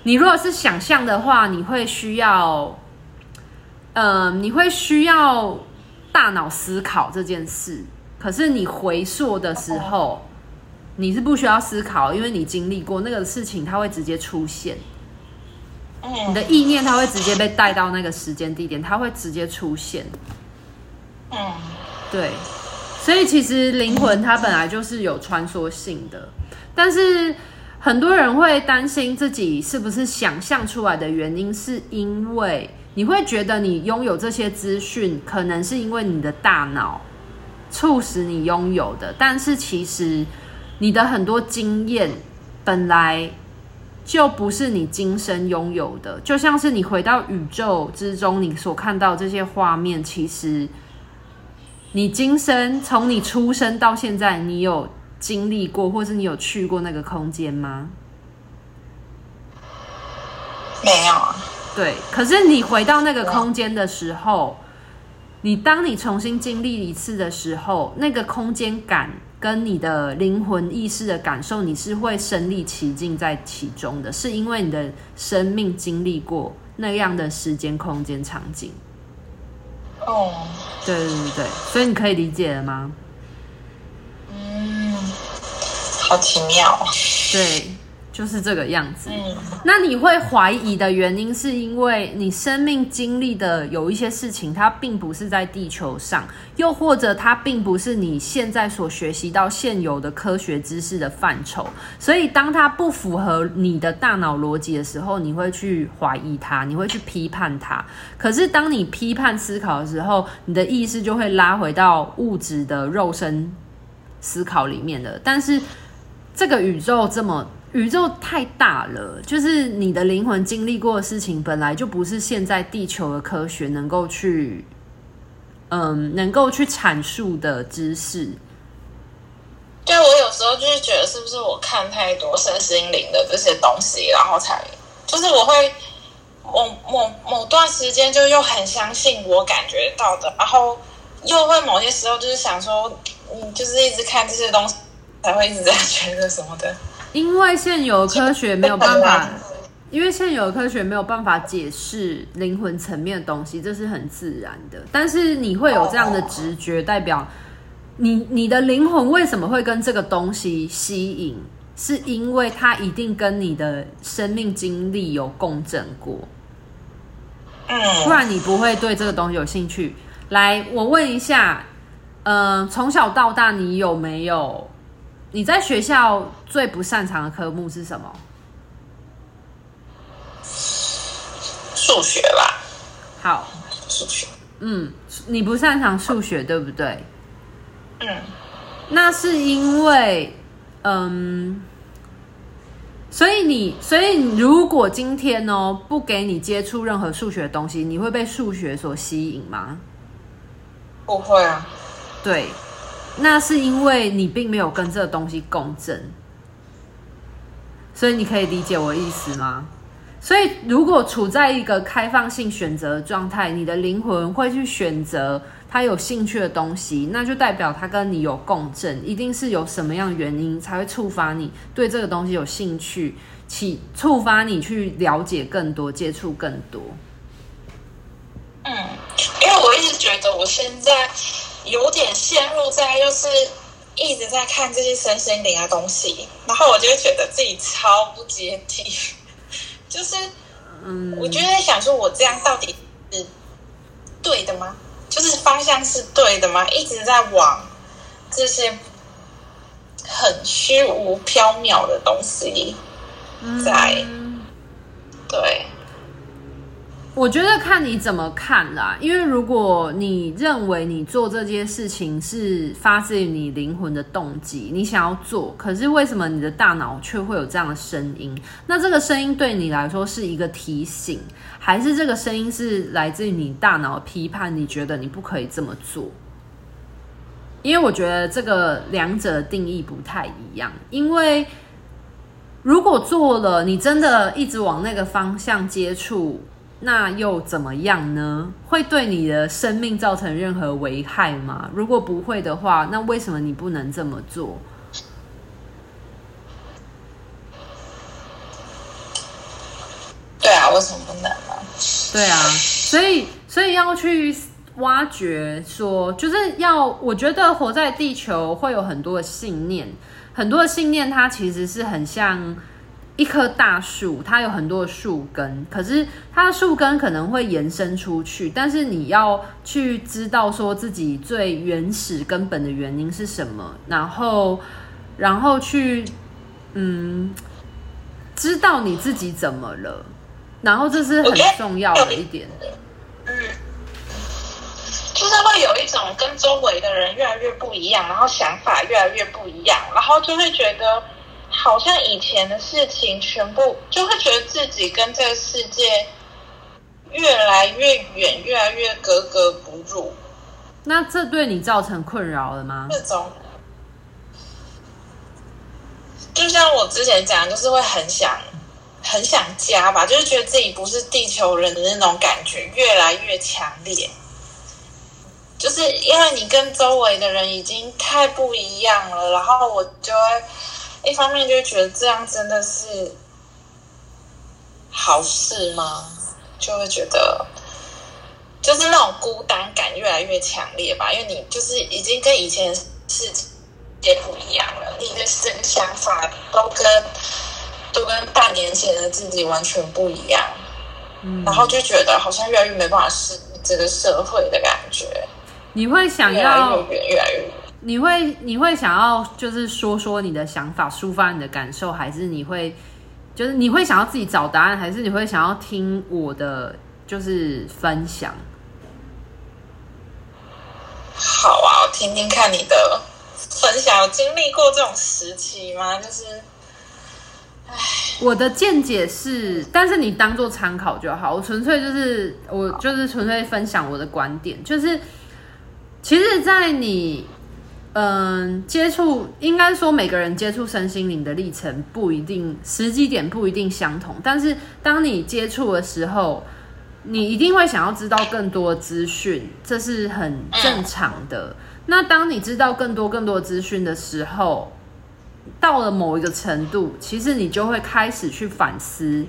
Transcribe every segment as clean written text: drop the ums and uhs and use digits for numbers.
你如果是想象的话，你会需要大脑思考这件事。可是你回溯的时候，你是不需要思考，因为你经历过那个事情，它会直接出现。你的意念它会直接被带到那个时间地点，它会直接出现。对，所以其实灵魂它本来就是有穿梭性的，但是很多人会担心自己是不是想象出来的原因，是因为你会觉得你拥有这些资讯，可能是因为你的大脑促使你拥有的，但是其实你的很多经验本来就不是你今生拥有的，就像是你回到宇宙之中，你所看到这些画面，其实你今生从你出生到现在，你有经历过，或是你有去过那个空间吗？ 没有啊。 对，可是你回到那个空间的时候，当你重新经历一次的时候，那个空间感跟你的灵魂意识的感受，你是会身临其境在其中的，是因为你的生命经历过那样的时间、空间、场景。对，所以你可以理解了吗？ 好奇妙。 对，就是这个样子。那你会怀疑的原因，是因为你生命经历的有一些事情，它并不是在地球上，又或者它并不是你现在所学习到现有的科学知识的范畴，所以当它不符合你的大脑逻辑的时候，你会去怀疑它，你会去批判它。可是当你批判思考的时候，你的意识就会拉回到物质的肉身思考里面的。但是这个宇宙太大了，就是你的灵魂经历过的事情，本来就不是现在地球的科学能够去阐述的知识。 对，我有时候就是觉得，是不是我看太多身心灵的这些东西，然后才就是我会某段时间就又很相信我感觉到的，然后又会某些时候就是想说，就是一直看这些东西，才会一直这样觉得什么的。 因为现有的科学没有办法解释灵魂层面的东西，这是很自然的。但是你会有这样的直觉，代表你的灵魂为什么会跟这个东西吸引，是因为它一定跟你的生命经历有共振过。不然你不会对这个东西有兴趣。来，我问一下，从小到大你有没有？你在学校最不擅长的科目是什么？ 数学吧。 好， 数学。 你不擅长数学，对不对？那是因为，所以如果今天不给你接触任何数学的东西，你会被数学所吸引吗？ 不会啊。 对。那是因为你并没有跟这个东西共振，所以你可以理解我的意思吗？所以如果处在一个开放性选择的状态，你的灵魂会去选择他有兴趣的东西，那就代表他跟你有共振，一定是有什么样的原因才会触发你对这个东西有兴趣，触发你去了解更多，接触更多。 因为我一直觉得我现在有点陷入在就是一直在看这些身心灵的东西，然后我就会觉得自己超不接地，就是我就在想说，我这样到底是对的吗？就是方向是对的吗？一直在往这些很虚无缥缈的东西在对。 我觉得看你怎么看啦，因为如果你认为你做这件事情是发自于你灵魂的动机，你想要做，可是为什么你的大脑却会有这样的声音？那这个声音对你来说是一个提醒，还是这个声音是来自于你大脑的批判？你觉得你不可以这么做？因为我觉得这个两者的定义不太一样，因为如果做了，你真的一直往那个方向接触，那又怎么样呢？会对你的生命造成任何危害吗？如果不会的话，那为什么你不能这么做？ 为什么不能呢？ 对啊，所以要去挖掘说，我觉得活在地球会有很多的信念，很多的信念它其实是很像一棵大树，它有很多的树根，可是它的树根可能会延伸出去，但是你要去知道说自己最原始根本的原因是什么，然后去知道你自己怎么了，然后这是很重要的一点。 就是会有一种跟周围的人越来越不一样，然后想法越来越不一样，然后就会觉得好像以前的事情全部，就会觉得自己跟这个世界越来越远，越来越格格不入。 那这对你造成困扰了吗？ 这种就像我之前讲，就是会很想家吧，就是觉得自己不是地球人的那种感觉越来越强烈。就是因为你跟周围的人已经太不一样了，然后我就会一方面就会觉得这样真的是好事吗？就会觉得就是那种孤单感越来越强烈吧，因为你就是已经跟以前的世界不一样了，你的整个想法都跟半年前的自己完全不一样，然后就觉得好像越来越没办法适应这个社会的感觉。 你会想要越来越远，越来越远。 你会想要就是说你的想法，抒发你的感受，还是你会想要自己找答案，还是你会想要听我的就是分享？ 好啊，我听听看你的分享。有经历过这种时期吗？就是我的见解是，但是你当做参考就好。我纯粹纯粹分享我的观点，就是其实，在你接触，应该说每个人接触身心灵的历程不一定，时机点不一定相同，但是当你接触的时候，你一定会想要知道更多的资讯，这是很正常的。那当你知道更多的资讯的时候，到了某一个程度，其实你就会开始去反思，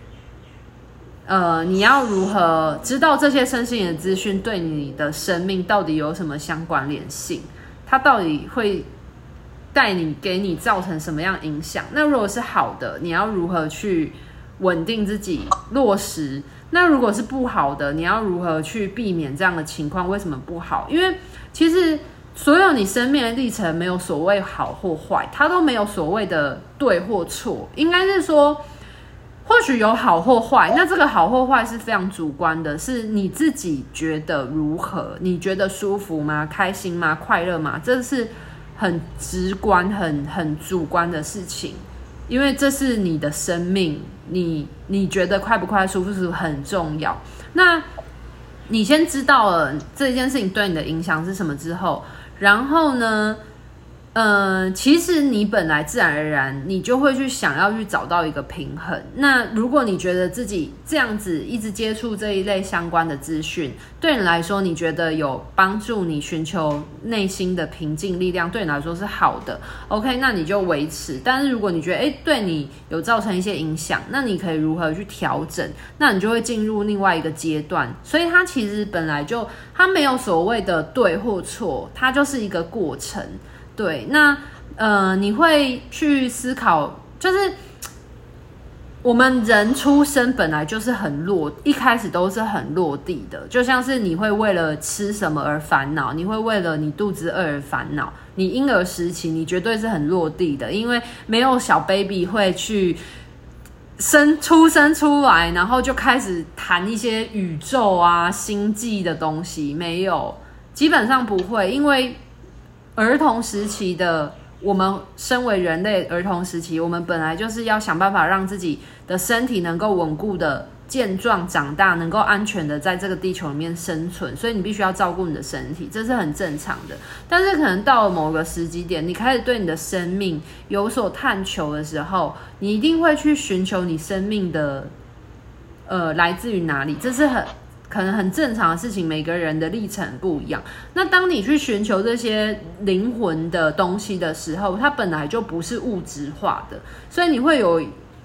你要如何知道这些身心灵的资讯对你的生命到底有什么相关联性？它到底会给你造成什么样影响？那如果是好的，你要如何去稳定自己落实？那如果是不好的，你要如何去避免这样的情况？为什么不好？因为其实所有你生命的历程没有所谓好或坏，它都没有所谓的对或错，应该是说或许有好或坏，那这个好或坏是非常主观的，是你自己觉得如何，你觉得舒服吗？开心吗？快乐吗？这是很直观很主观的事情，因为这是你的生命，你觉得快不快舒不舒服很重要。那你先知道了这件事情对你的影响是什么之后，然后呢其实你本来自然而然你就会去想要去找到一个平衡。那如果你觉得自己这样子一直接触这一类相关的资讯，对你来说你觉得有帮助你寻求内心的平静力量，对你来说是好的 OK， 那你就维持。但是如果你觉得对你有造成一些影响，那你可以如何去调整，那你就会进入另外一个阶段。所以它其实本来就它没有所谓的对或错，它就是一个过程。对，那你会去思考，就是我们人出生本来就是一开始都是很落地的，就像是你会为了吃什么而烦恼，你会为了你肚子饿而烦恼。你婴儿时期你绝对是很落地的，因为没有小 baby 会去出生出来，然后就开始谈一些宇宙啊、星际的东西，没有，基本上不会，因为儿童时期的我们，身为人类儿童时期，我们本来就是要想办法让自己的身体能够稳固的健壮长大，能够安全的在这个地球里面生存，所以你必须要照顾你的身体，这是很正常的。但是可能到了某个时机点，你开始对你的生命有所探求的时候，你一定会去寻求你生命的来自于哪里，这是可能很正常的事情，每个人的历程不一样。那当你去寻求这些灵魂的东西的时候，它本来就不是物质化的，所以你会有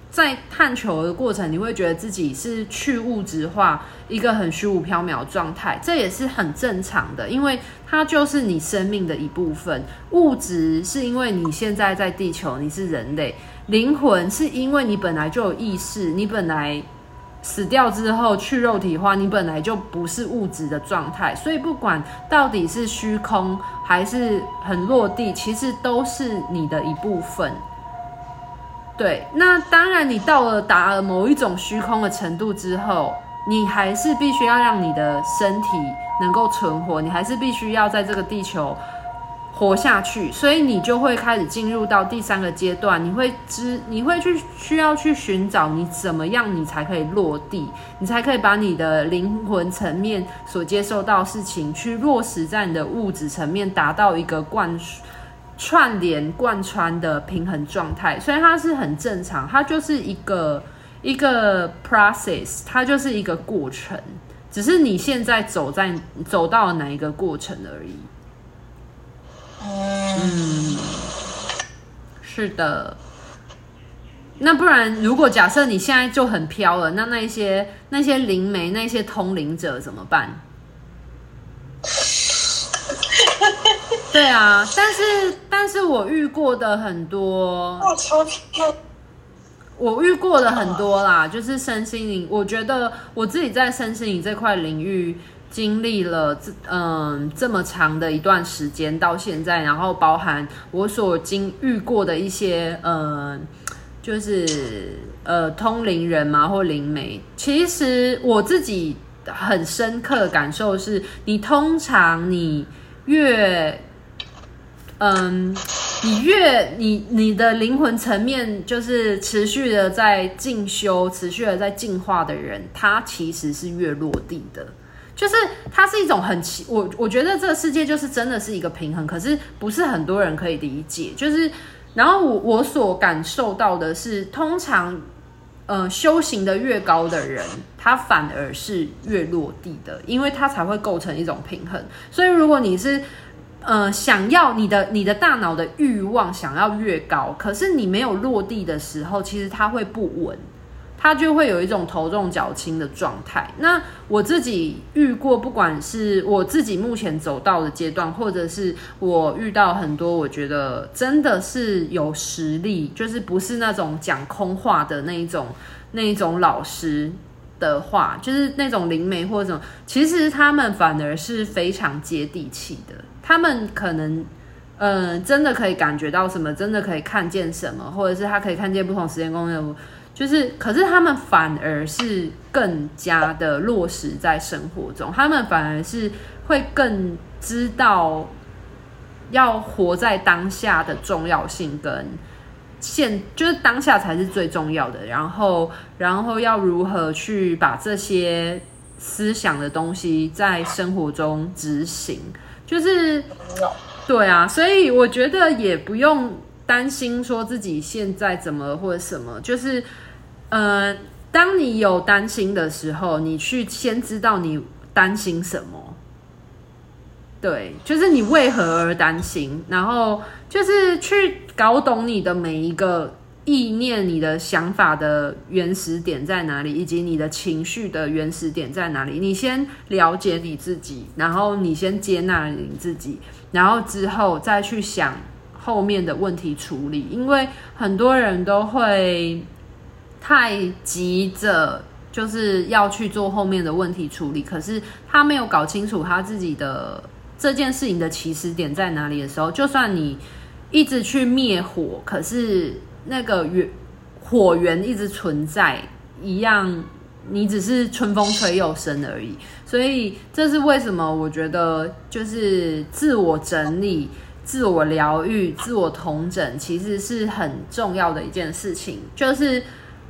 在探求的过程，你会觉得自己是去物质化一个很虚无缥缈的状态，这也是很正常的，因为它就是你生命的一部分。物质是因为你现在在地球，你是人类；灵魂是因为你本来就有意识，你本来死掉之后去肉体化，你本来就不是物质的状态，所以不管到底是虚空还是很落地，其实都是你的一部分。对，那当然你达了某一种虚空的程度之后，你还是必须要让你的身体能够存活，你还是必须要在这个地球活下去，所以你就会开始进入到第3个阶段，你会需要去寻找你怎么样你才可以落地，你才可以把你的灵魂层面所接受到的事情去落实在你的物质层面，达到一个串联贯穿的平衡状态。所以它是很正常，它就是一个 process， 它就是一个过程，只是你现在走到了哪一个过程而已。是的。那不然，如果假设你现在就很飘了，那些灵媒、那些通灵者怎么办？对啊，但是我遇过的很多，我遇过的很多啦，就是身心灵。我觉得我自己在身心灵这块领域经历了这么长的一段时间到现在，然后包含我所遇过的一些就是通灵人嘛或灵媒，其实我自己很深刻的感受是，通常你越你的灵魂层面就是持续的在进修、持续的在进化的人，他其实是越落地的。就是它是一种我觉得这个世界就是真的是一个平衡，可是不是很多人可以理解。就是然后我所感受到的是，通常修行的越高的人，他反而是越落地的，因为他才会构成一种平衡。所以如果你是想要你的大脑的欲望想要越高，可是你没有落地的时候，其实它会不稳，它就会有一种头重脚轻的状态。那我自己遇过，不管是我自己目前走到的阶段，或者是我遇到很多我觉得真的是有实力，就是不是那种讲空话的那一种老师的话，就是那种灵媒或者什么，其实他们反而是非常接地气的。他们可能真的可以感觉到什么，真的可以看见什么，或者是他可以看见不同时间功能，就是可是他们反而是更加的落实在生活中，他们反而是会更知道要活在当下的重要性，跟就是当下才是最重要的，然后要如何去把这些思想的东西在生活中执行，就是对啊，所以我觉得也不用担心说自己现在怎么或者什么，就是当你有担心的时候，你去先知道你担心什么，对，就是你为何而担心，然后就是去搞懂你的每一个意念、你的想法的原始点在哪里，以及你的情绪的原始点在哪里。你先了解你自己，然后你先接纳你自己，然后之后再去想后面的问题处理。因为很多人都会太急着就是要去做后面的问题处理，可是他没有搞清楚他自己的这件事情的起始点在哪里的时候，就算你一直去灭火，可是那个火源一直存在一样，你只是春风吹又生而已。所以这是为什么我觉得就是自我整理、自我疗愈、自我统整其实是很重要的一件事情。就是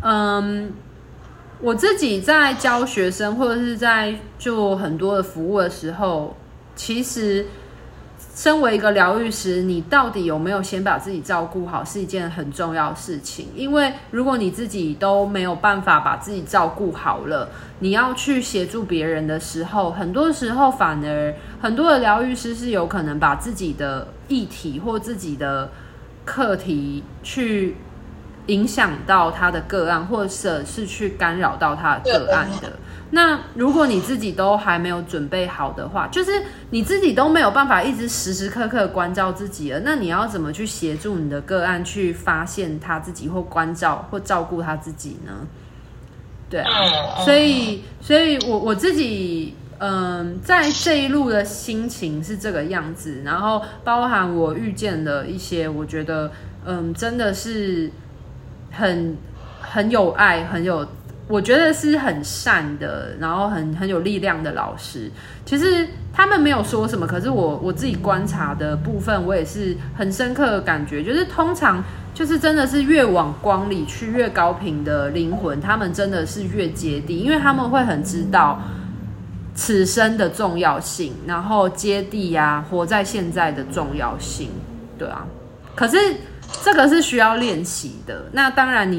我自己在教学生或者是在做很多的服务的时候，其实身为一个疗愈师，你到底有没有先把自己照顾好是一件很重要的事情。因为如果你自己都没有办法把自己照顾好了，你要去协助别人的时候，很多时候反而很多的疗愈师是有可能把自己的议题或自己的课题去影响到他的个案，或者是去干扰到他的个案的。那如果你自己都还没有准备好的话，就是你自己都没有办法一直时时刻刻关照自己了，那你要怎么去协助你的个案去发现他自己，或关照或照顾他自己呢？对啊，所以我自己在这一路的心情是这个样子，然后包含我遇见了一些我觉得真的是很有爱，我觉得是很善的，然后很有力量的老师。其实他们没有说什么，可是我自己观察的部分，我也是很深刻的感觉，就是通常就是真的是越往光里去，越高频的灵魂，他们真的是越接地，因为他们会很知道此生的重要性，然后接地啊，活在现在的重要性，对啊。可是这个是需要练习的。那当然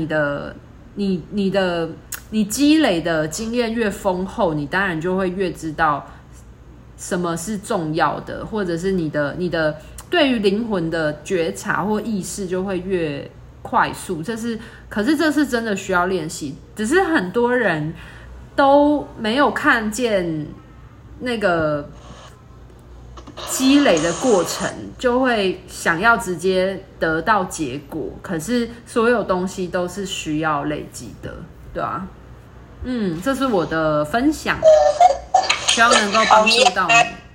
你积累的经验越丰厚，你当然就会越知道什么是重要的，或者是你的对于灵魂的觉察或意识就会越快速。可是这是真的需要练习，只是很多人都没有看见那个积累的过程，就会想要直接得到结果。可是所有东西都是需要累积的，对啊。这是我的分享，希望能够帮助到你。